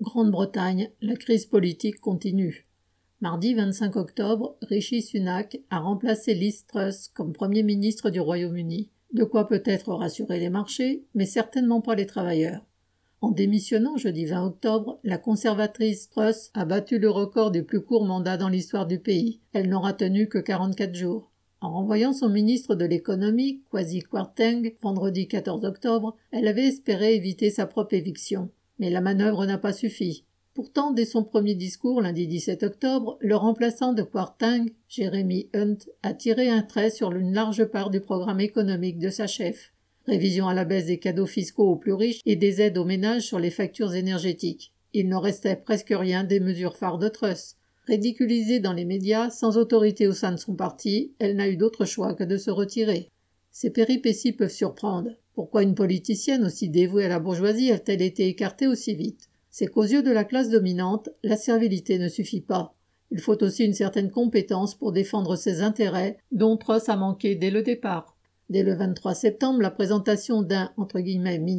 Grande-Bretagne, la crise politique continue. Mardi 25 octobre, Rishi Sunak a remplacé Liz Truss comme Premier ministre du Royaume-Uni. De quoi peut-être rassurer les marchés, mais certainement pas les travailleurs. En démissionnant jeudi 20 octobre, la conservatrice Truss a battu le record du plus court mandat dans l'histoire du pays. Elle n'aura tenu que 44 jours. En renvoyant son ministre de l'économie, Kwasi Kwarteng, vendredi 14 octobre, elle avait espéré éviter sa propre éviction. Mais la manœuvre n'a pas suffi. Pourtant, dès son premier discours lundi 17 octobre, le remplaçant de Kwarteng, Jeremy Hunt, a tiré un trait sur une large part du programme économique de sa chef. Révision à la baisse des cadeaux fiscaux aux plus riches et des aides aux ménages sur les factures énergétiques. Il n'en restait presque rien des mesures phares de Truss. Ridiculisée dans les médias, sans autorité au sein de son parti, elle n'a eu d'autre choix que de se retirer. Ces péripéties peuvent surprendre. Pourquoi une politicienne aussi dévouée à la bourgeoisie a-t-elle été écartée aussi vite ? C'est qu'aux yeux de la classe dominante, la servilité ne suffit pas. Il faut aussi une certaine compétence pour défendre ses intérêts, dont Truss a manqué dès le départ. Dès le 23 septembre, la présentation d'un « mini-budget »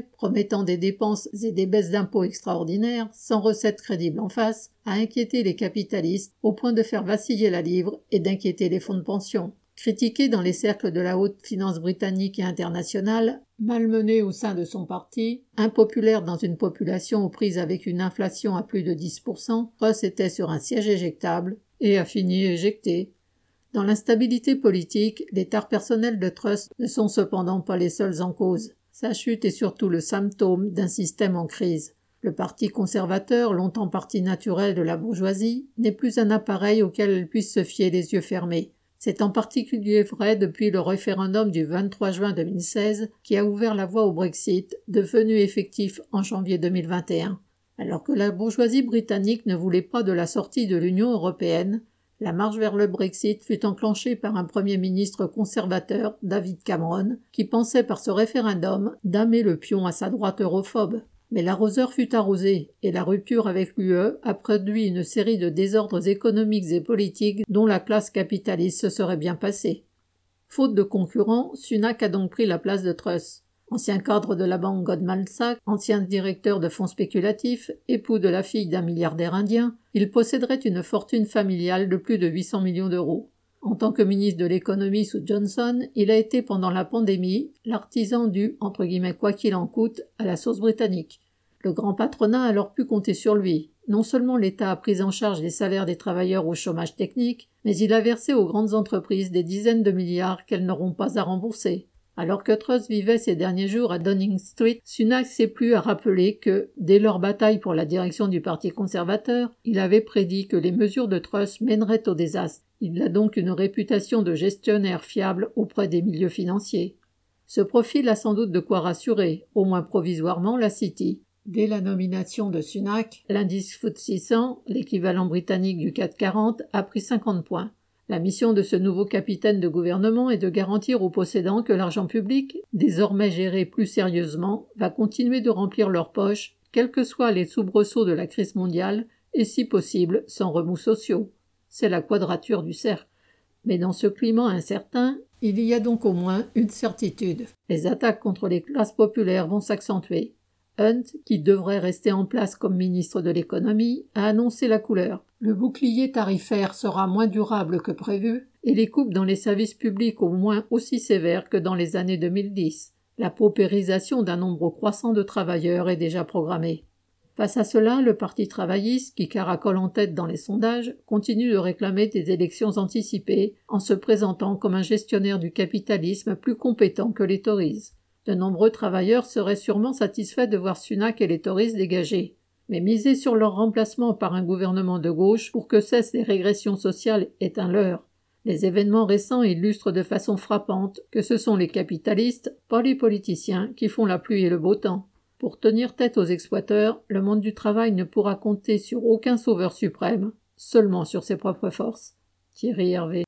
promettant des dépenses et des baisses d'impôts extraordinaires, sans recettes crédibles en face, a inquiété les capitalistes au point de faire vaciller la livre et d'inquiéter les fonds de pension. Critiqué dans les cercles de la haute finance britannique et internationale, malmené au sein de son parti, impopulaire dans une population aux prises avec une inflation à plus de 10%, Truss était sur un siège éjectable et a fini éjecté. Dans l'instabilité politique, les tares personnelles de Truss ne sont cependant pas les seules en cause. Sa chute est surtout le symptôme d'un système en crise. Le parti conservateur, longtemps parti naturel de la bourgeoisie, n'est plus un appareil auquel elle puisse se fier les yeux fermés. C'est en particulier vrai depuis le référendum du 23 juin 2016 qui a ouvert la voie au Brexit, devenu effectif en janvier 2021. Alors que la bourgeoisie britannique ne voulait pas de la sortie de l'Union européenne, la marche vers le Brexit fut enclenchée par un Premier ministre conservateur, David Cameron, qui pensait par ce référendum damer le pion à sa droite europhobe. Mais l'arroseur fut arrosé, et la rupture avec l'UE a produit une série de désordres économiques et politiques dont la classe capitaliste se serait bien passée. Faute de concurrents, Sunak a donc pris la place de Truss. Ancien cadre de la banque Goldman Sachs, ancien directeur de fonds spéculatifs, époux de la fille d'un milliardaire indien, il posséderait une fortune familiale de plus de 800 millions d'euros. En tant que ministre de l'économie sous Johnson, il a été pendant la pandémie l'artisan du « quoi qu'il en coûte » à la sauce britannique. Le grand patronat a alors pu compter sur lui. Non seulement l'État a pris en charge les salaires des travailleurs au chômage technique, mais il a versé aux grandes entreprises des dizaines de milliards qu'elles n'auront pas à rembourser. Alors que Truss vivait ces derniers jours à Downing Street, Sunak s'est plu à rappeler que, dès leur bataille pour la direction du Parti conservateur, il avait prédit que les mesures de Truss mèneraient au désastre. Il a donc une réputation de gestionnaire fiable auprès des milieux financiers. Ce profil a sans doute de quoi rassurer, au moins provisoirement, la City. Dès la nomination de Sunak, l'indice FTSE 100, l'équivalent britannique du CAC 40, a pris 50 points. La mission de ce nouveau capitaine de gouvernement est de garantir aux possédants que l'argent public, désormais géré plus sérieusement, va continuer de remplir leurs poches, quels que soient les soubresauts de la crise mondiale, et si possible, sans remous sociaux. C'est la quadrature du cercle. Mais dans ce climat incertain, il y a donc au moins une certitude. Les attaques contre les classes populaires vont s'accentuer. Hunt, qui devrait rester en place comme ministre de l'économie, a annoncé la couleur. Le bouclier tarifaire sera moins durable que prévu et les coupes dans les services publics au moins aussi sévères que dans les années 2010. La paupérisation d'un nombre croissant de travailleurs est déjà programmée. Face à cela, le Parti travailliste, qui caracole en tête dans les sondages, continue de réclamer des élections anticipées en se présentant comme un gestionnaire du capitalisme plus compétent que les Tories. De nombreux travailleurs seraient sûrement satisfaits de voir Sunak et les Tories dégagés. Mais miser sur leur remplacement par un gouvernement de gauche pour que cessent les régressions sociales est un leurre. Les événements récents illustrent de façon frappante que ce sont les capitalistes, pas les politiciens, qui font la pluie et le beau temps. Pour tenir tête aux exploiteurs, le monde du travail ne pourra compter sur aucun sauveur suprême, seulement sur ses propres forces. Thierry Hervé.